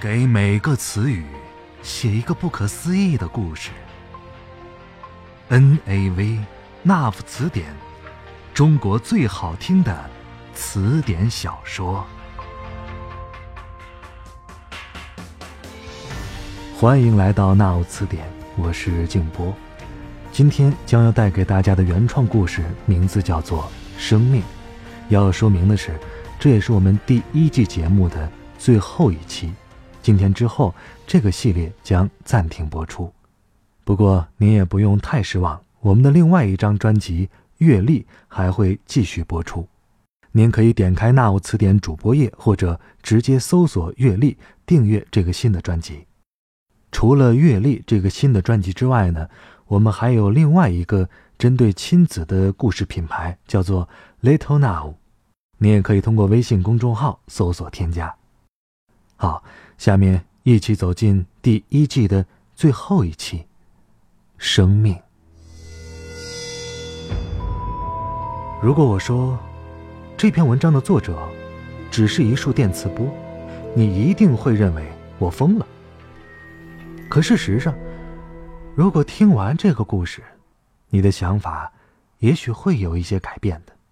给每个词语写一个不可思议的故事。NAV 那夫词典，中国最好听的词典小说。欢迎来到那夫词典，我是静波。今天将要带给大家的原创故事名字叫做《生命》。要说明的是，这也是我们第1季节目的最后一期。今天之后，这个系列将暂停播出。不过您也不用太失望，我们的另外一张专辑《阅历》还会继续播出。您可以点开那夫词典主播页，或者直接搜索《阅历》，订阅这个新的专辑。除了《阅历》这个新的专辑之外呢，我们还有另外一个针对亲子的故事品牌，叫做 Little Now。你也可以通过微信公众号搜索添加。好，下面一起走进第1季的最后一期，生命。如果我说这篇文章的作者只是一束电磁波，你一定会认为我疯了。可事实上，如果听完这个故事，你的想法也许会有一些改变的。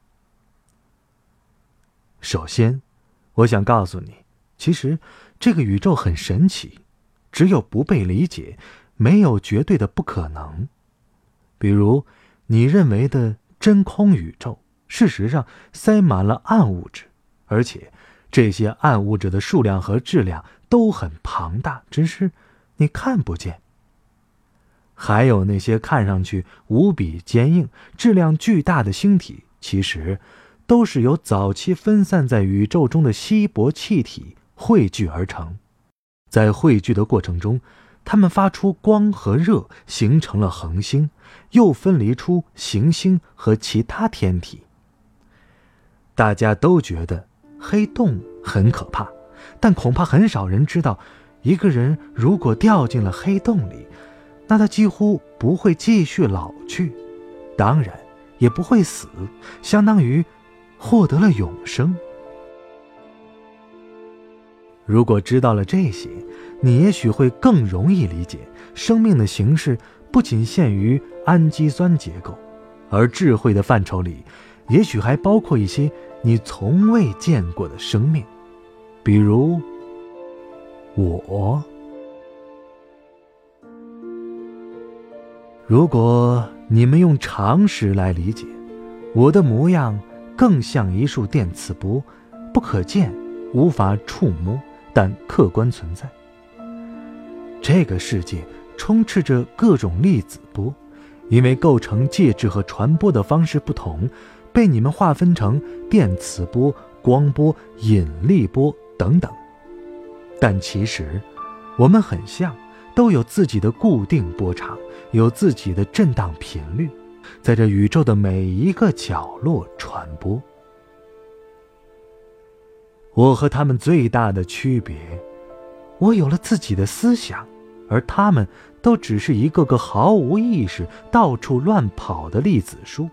首先，我想告诉你，其实这个宇宙很神奇，只有不被理解，没有绝对的不可能。比如你认为的真空宇宙，事实上塞满了暗物质，而且这些暗物质的数量和质量都很庞大，只是你看不见。还有那些看上去无比坚硬、质量巨大的星体，其实都是由早期分散在宇宙中的稀薄气体汇聚而成。在汇聚的过程中，它们发出光和热，形成了恒星，又分离出行星和其他天体。大家都觉得黑洞很可怕，但恐怕很少人知道，一个人如果掉进了黑洞里，那他几乎不会继续老去，当然也不会死，相当于获得了永生。如果知道了这些，你也许会更容易理解，生命的形式不仅限于氨基酸结构，而智慧的范畴里，也许还包括一些你从未见过的生命，比如我。如果你们用常识来理解，我的模样更像一束电磁波，不可见，无法触摸，但客观存在。这个世界充斥着各种粒子波，因为构成介质和传播的方式不同，被你们划分成电磁波、光波、引力波等等。但其实我们很像，都有自己的固定波长，有自己的震荡频率，在这宇宙的每一个角落传播。我和他们最大的区别，我有了自己的思想，而他们都只是一个个毫无意识、到处乱跑的粒子束。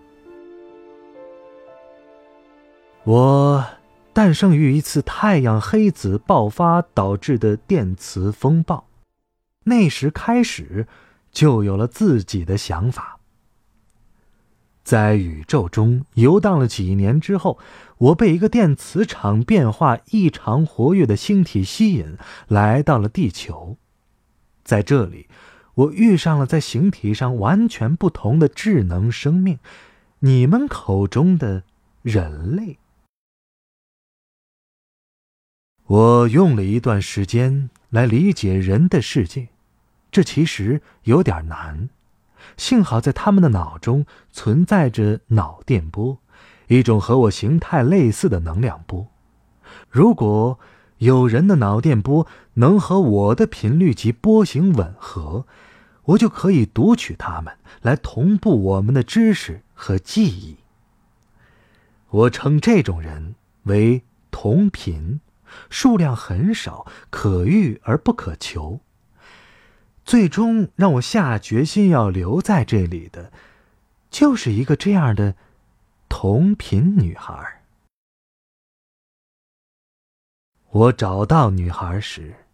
我诞生于一次太阳黑子爆发导致的电磁风暴，那时开始就有了自己的想法。在宇宙中游荡了几年之后，我被一个电磁场变化异常活跃的星体吸引，来到了地球。在这里，我遇上了在形体上完全不同的智能生命，你们口中的人类。我用了一段时间来理解人的世界，这其实有点难。幸好在他们的脑中存在着脑电波，一种和我形态类似的能量波。如果有人的脑电波能和我的频率及波形吻合，我就可以读取它们，来同步我们的知识和记忆。我称这种人为同频，数量很少，可遇而不可求。最终让我下决心要留在这里的，就是一个这样的同频女孩。我找到女孩时，她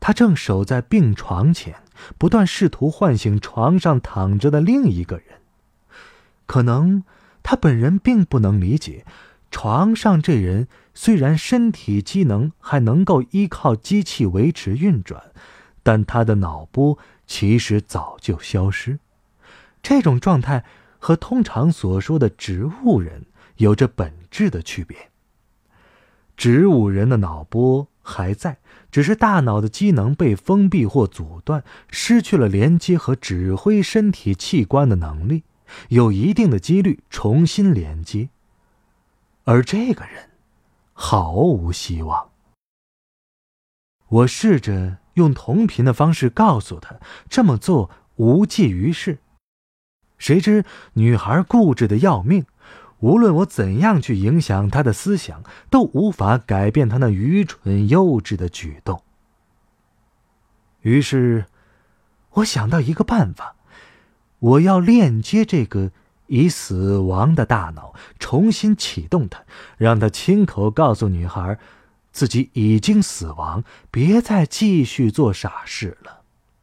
他正守在病床前，不断试图唤醒床上躺着的另一个人。可能他本人并不能理解，床上这人虽然身体机能还能够依靠机器维持运转，但他的脑波其实早就消失。这种状态和通常所说的植物人有着本质的区别。植物人的脑波还在，只是大脑的机能被封闭或阻断，失去了连接和指挥身体器官的能力，有一定的几率重新连接。而这个人毫无希望。我试着用同频的方式告诉他，这么做无济于事。谁知女孩固执的要命，无论我怎样去影响她的思想，都无法改变她那愚蠢幼稚的举动。于是我想到一个办法，我要链接这个已死亡的大脑，重新启动它，让它亲口告诉女孩自己已经死亡，别再继续做傻事了。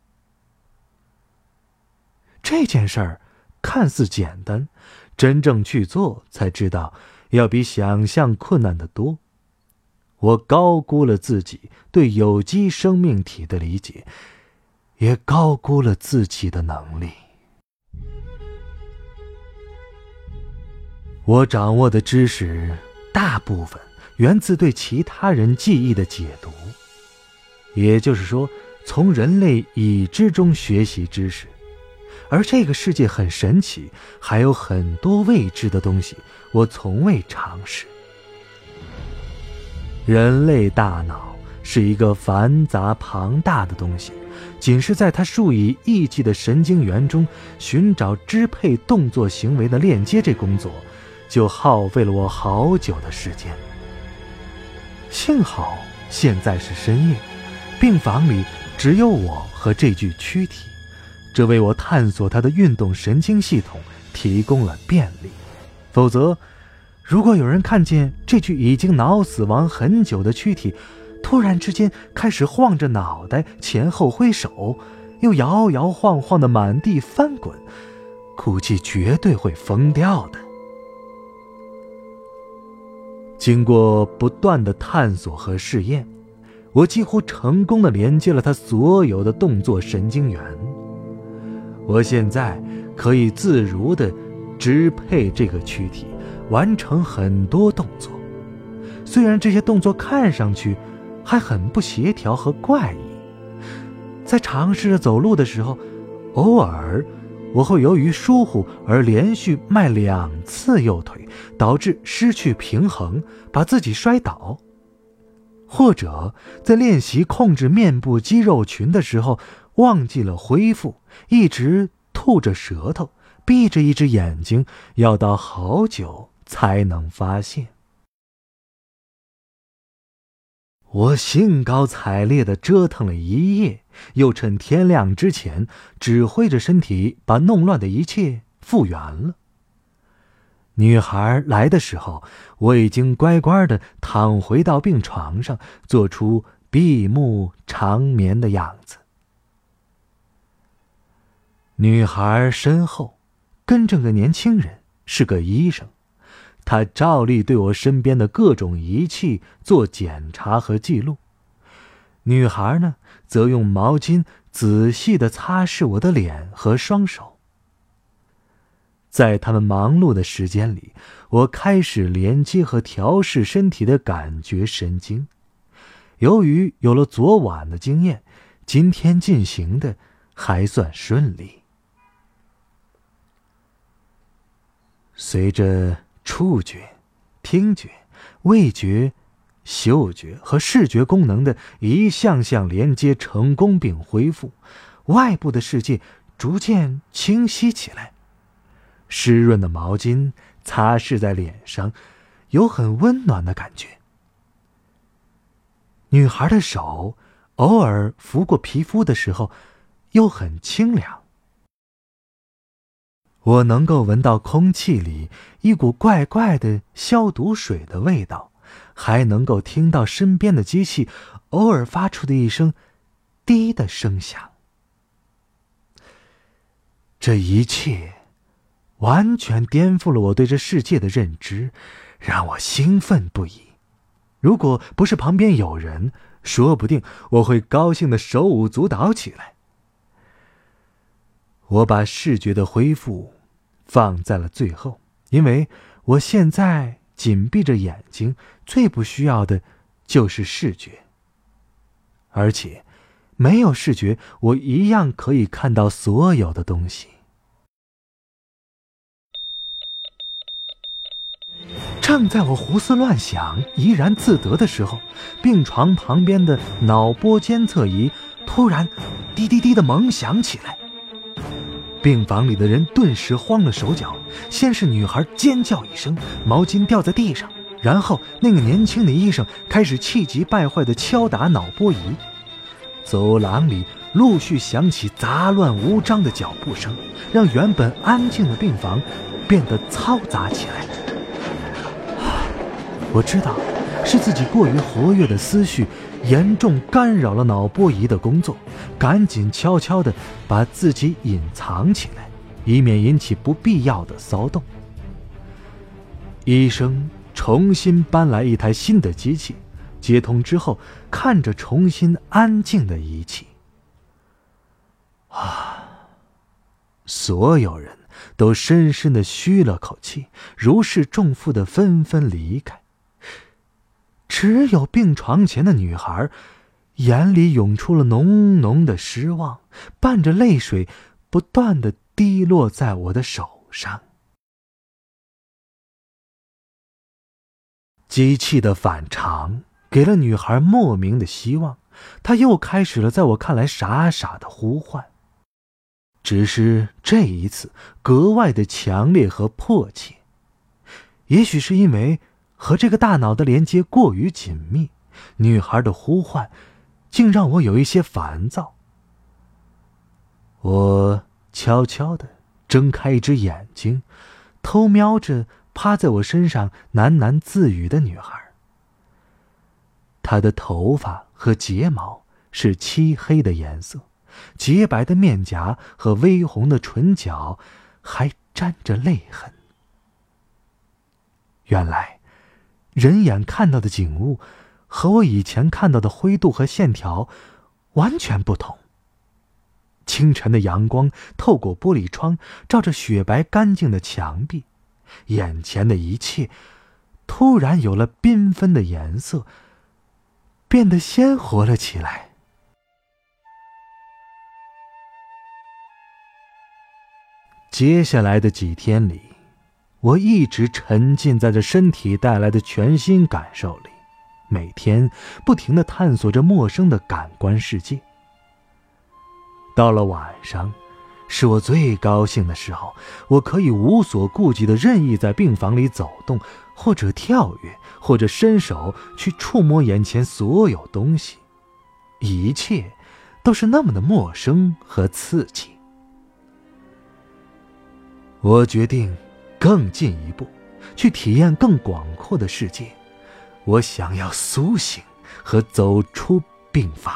这件事儿看似简单，真正去做才知道要比想象困难得多。我高估了自己对有机生命体的理解，也高估了自己的能力。我掌握的知识大部分源自对其他人记忆的解读，也就是说，从人类已知中学习知识。而这个世界很神奇，还有很多未知的东西我从未尝试。人类大脑是一个繁杂庞大的东西，仅是在它数以亿计的神经元中寻找支配动作行为的链接，这工作就耗费了我好久的时间。幸好现在是深夜，病房里只有我和这具躯体，这为我探索它的运动神经系统提供了便利。否则，如果有人看见这具已经脑死亡很久的躯体突然之间开始晃着脑袋前后挥手，又摇摇晃晃的满地翻滚，估计绝对会疯掉的。经过不断的探索和试验，我几乎成功地连接了他所有的动作神经元。我现在可以自如地支配这个躯体，完成很多动作。虽然这些动作看上去还很不协调和怪异，在尝试着走路的时候，偶尔我会由于疏忽而连续迈2次右腿，导致失去平衡，把自己摔倒。或者在练习控制面部肌肉群的时候，忘记了恢复，一直吐着舌头，闭着一只眼睛，要到好久才能发现。我兴高采烈地折腾了一夜，又趁天亮之前指挥着身体把弄乱的一切复原了。女孩来的时候，我已经乖乖地躺回到病床上，做出闭目长眠的样子。女孩身后跟着个年轻人，是个医生，他照例对我身边的各种仪器做检查和记录。女孩呢，则用毛巾仔细地擦拭我的脸和双手。在他们忙碌的时间里，我开始连接和调试身体的感觉神经。由于有了昨晚的经验，今天进行的还算顺利。随着触觉、听觉、味觉、嗅觉和视觉功能的一项项连接成功并恢复，外部的世界逐渐清晰起来。湿润的毛巾擦拭在脸上，有很温暖的感觉。女孩的手偶尔拂过皮肤的时候，又很清凉。我能够闻到空气里一股怪怪的消毒水的味道，还能够听到身边的机器偶尔发出的一声滴的声响。这一切完全颠覆了我对这世界的认知，让我兴奋不已。如果不是旁边有人，说不定我会高兴的手舞足蹈起来。我把视觉的恢复放在了最后，因为我现在紧闭着眼睛，最不需要的就是视觉。而且没有视觉，我一样可以看到所有的东西。正在我胡思乱想、怡然自得的时候，病床旁边的脑波监测仪突然滴滴滴地猛响起来。病房里的人顿时慌了手脚，先是女孩尖叫一声，毛巾掉在地上，然后那个年轻的医生开始气急败坏地敲打脑波仪。走廊里陆续响起杂乱无章的脚步声，让原本安静的病房变得嘈杂起来。我知道是自己过于活跃的思绪严重干扰了脑波仪的工作，赶紧悄悄地把自己隐藏起来，以免引起不必要的骚动。医生重新搬来一台新的机器，接通之后看着重新安静的仪器，所有人都深深地吁了口气，如释重负地纷纷离开。只有病床前的女孩眼里涌出了浓浓的失望，伴着泪水不断地滴落在我的手上。机器的反常给了女孩莫名的希望，她又开始了在我看来傻傻的呼唤，只是这一次格外的强烈和迫切。也许是因为和这个大脑的连接过于紧密，女孩的呼唤竟让我有一些烦躁。我悄悄地睁开一只眼睛，偷瞄着趴在我身上喃喃自语的女孩。她的头发和睫毛是漆黑的颜色，洁白的面颊和微红的唇角还沾着泪痕。原来人眼看到的景物和我以前看到的灰度和线条完全不同。清晨的阳光透过玻璃窗，照着雪白干净的墙壁，眼前的一切突然有了缤纷的颜色，变得鲜活了起来。接下来的几天里，我一直沉浸在这身体带来的全新感受里，每天不停地探索着陌生的感官世界。到了晚上，是我最高兴的时候，我可以无所顾忌地任意在病房里走动，或者跳跃，或者伸手去触摸眼前所有东西，一切都是那么的陌生和刺激。我决定更进一步，去体验更广阔的世界。我想要苏醒和走出病房。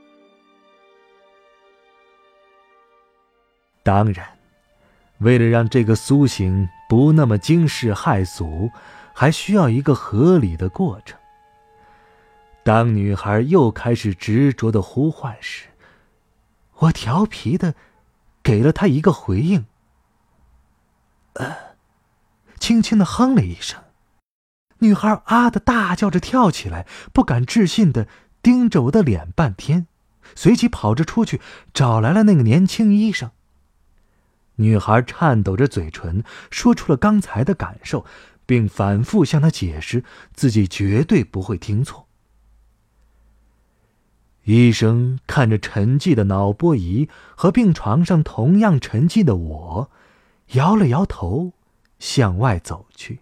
当然，为了让这个苏醒不那么惊世骇俗，还需要一个合理的过程。当女孩又开始执着的呼唤时，我调皮的给了她一个回应，轻轻地哼了一声。女孩啊的大叫着跳起来，不敢置信地盯着我的脸半天，随即跑着出去找来了那个年轻医生。女孩颤抖着嘴唇，说出了刚才的感受，并反复向他解释自己绝对不会听错。医生看着沉寂的脑波仪和病床上同样沉寂的我，摇了摇头，向外走去。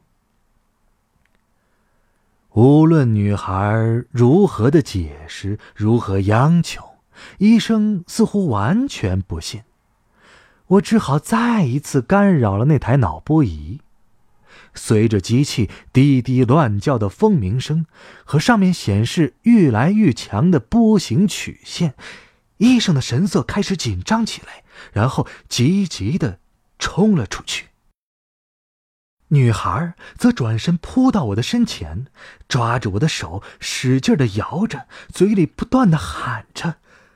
无论女孩如何的解释，如何央求，医生似乎完全不信。我只好再一次干扰了那台脑波仪。随着机器滴滴乱叫的蜂鸣声和上面显示愈来愈强的波形曲线， 医生的神色开始紧张起来，然后急急地冲了出去。女孩则转身扑到我的身前，抓着我的手使劲地摇着，嘴里不断地喊着：“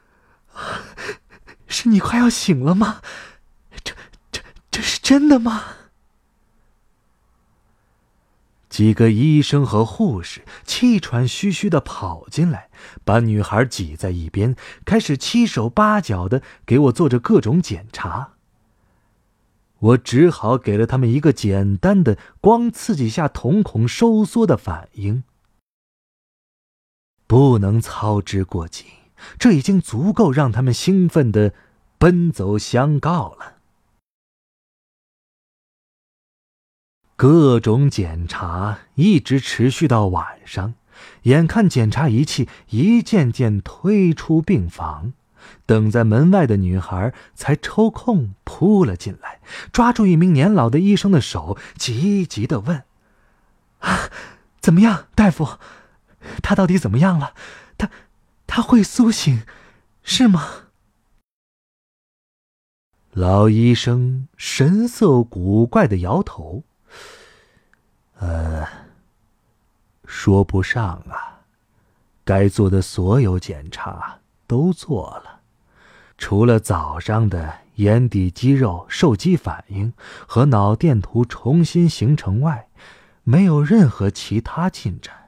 是你快要醒了吗？这是真的吗？”几个医生和护士气喘吁吁地跑进来，把女孩挤在一边，开始七手八脚地给我做着各种检查。我只好给了他们一个简单的光刺激下瞳孔收缩的反应。不能操之过急，这已经足够让他们兴奋地奔走相告了。各种检查一直持续到晚上，眼看检查仪器一件件推出病房，等在门外的女孩才抽空扑了进来，抓住一名年老的医生的手，急急地问：“怎么样，大夫？他到底怎么样了？他会苏醒，是吗？”老医生神色古怪地摇头：“说不上啊，该做的所有检查都做了，除了早上的眼底肌肉受激反应和脑电图重新形成外，没有任何其他进展。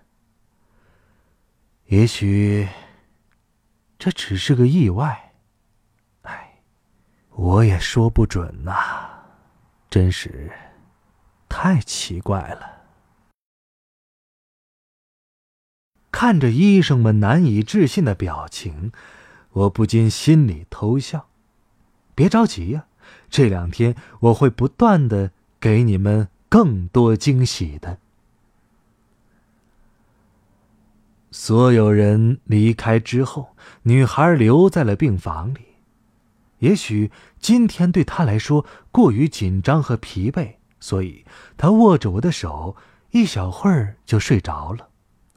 也许这只是个意外，我也说不准呐，真是太奇怪了。”看着医生们难以置信的表情，我不禁心里偷笑。别着急呀，这2天我会不断地给你们更多惊喜的。所有人离开之后，女孩留在了病房里。也许今天对她来说过于紧张和疲惫，所以她握着我的手，一小会儿就睡着了。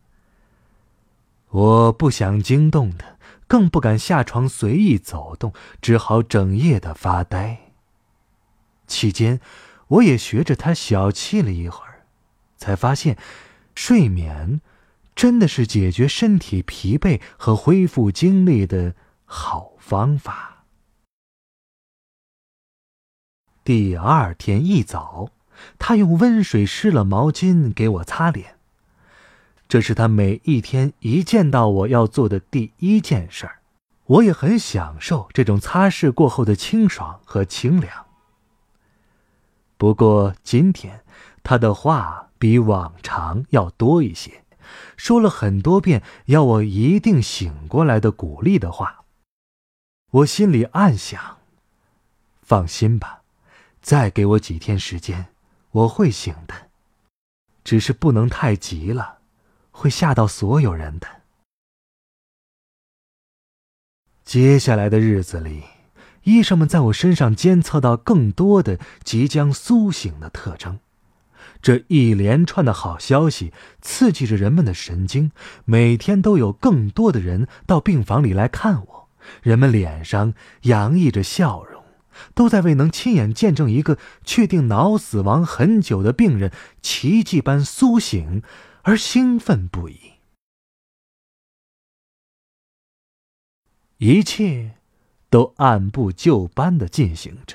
我不想惊动她，更不敢下床随意走动，只好整夜的发呆。期间，我也学着她小憩了一会儿，才发现睡眠真的是解决身体疲惫和恢复精力的好方法。第2天一早，她用温水湿了毛巾给我擦脸。这是他每一天一见到我要做的第1件事儿，我也很享受这种擦拭过后的清爽和清凉。不过今天他的话比往常要多一些，说了很多遍要我一定醒过来的鼓励的话。我心里暗想，放心吧，再给我几天时间，我会醒的，只是不能太急了，会吓到所有人的。接下来的日子里，医生们在我身上监测到更多的即将苏醒的特征。这一连串的好消息刺激着人们的神经，每天都有更多的人到病房里来看我，人们脸上洋溢着笑容，都在为能亲眼见证一个确定脑死亡很久的病人奇迹般苏醒而兴奋不已。一切都按部就班地进行着。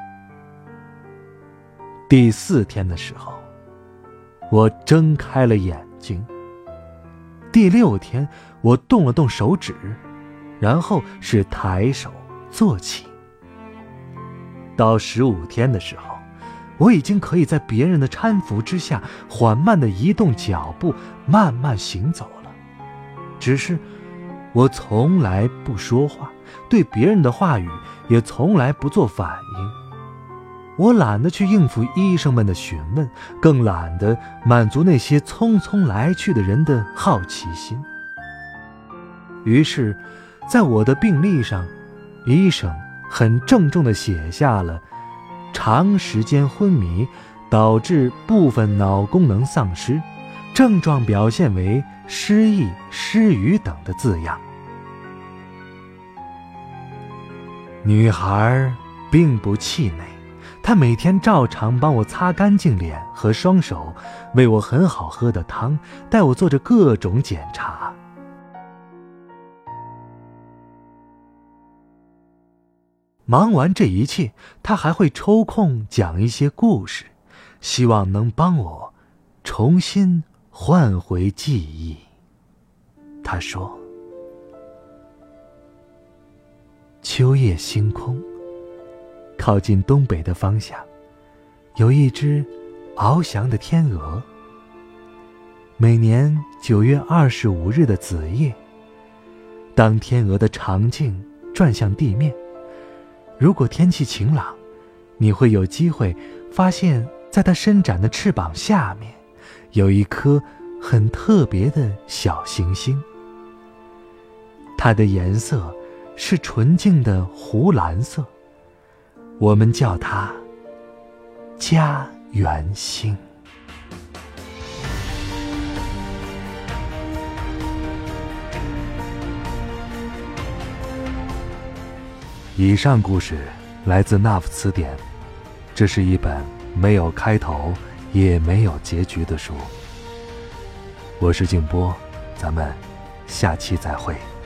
第4天的时候，我睁开了眼睛。第6天，我动了动手指，然后是抬手坐起。到15天的时候，我已经可以在别人的搀扶之下缓慢地移动脚步，慢慢行走了。只是我从来不说话，对别人的话语也从来不做反应。我懒得去应付医生们的询问，更懒得满足那些匆匆来去的人的好奇心。于是，在我的病历上，医生很郑重地写下了长时间昏迷导致部分脑功能丧失，症状表现为失忆、失语等的字样。 女孩并不气馁，她每天照常帮我擦干净脸和双手，喂我很好喝的汤，带我做着各种检查。忙完这一切，她还会抽空讲一些故事，希望能帮我重新换回记忆。她说，秋夜星空，靠近东北的方向，有一只翱翔的天鹅。每年9月25日的子夜，当天鹅的长颈转向地面，如果天气晴朗，你会有机会发现在它伸展的翅膀下面，有一颗很特别的小行星。它的颜色是纯净的湖蓝色，我们叫它家园星。以上故事来自那夫词典，这是一本没有开头也没有结局的书。我是静波，咱们下期再会。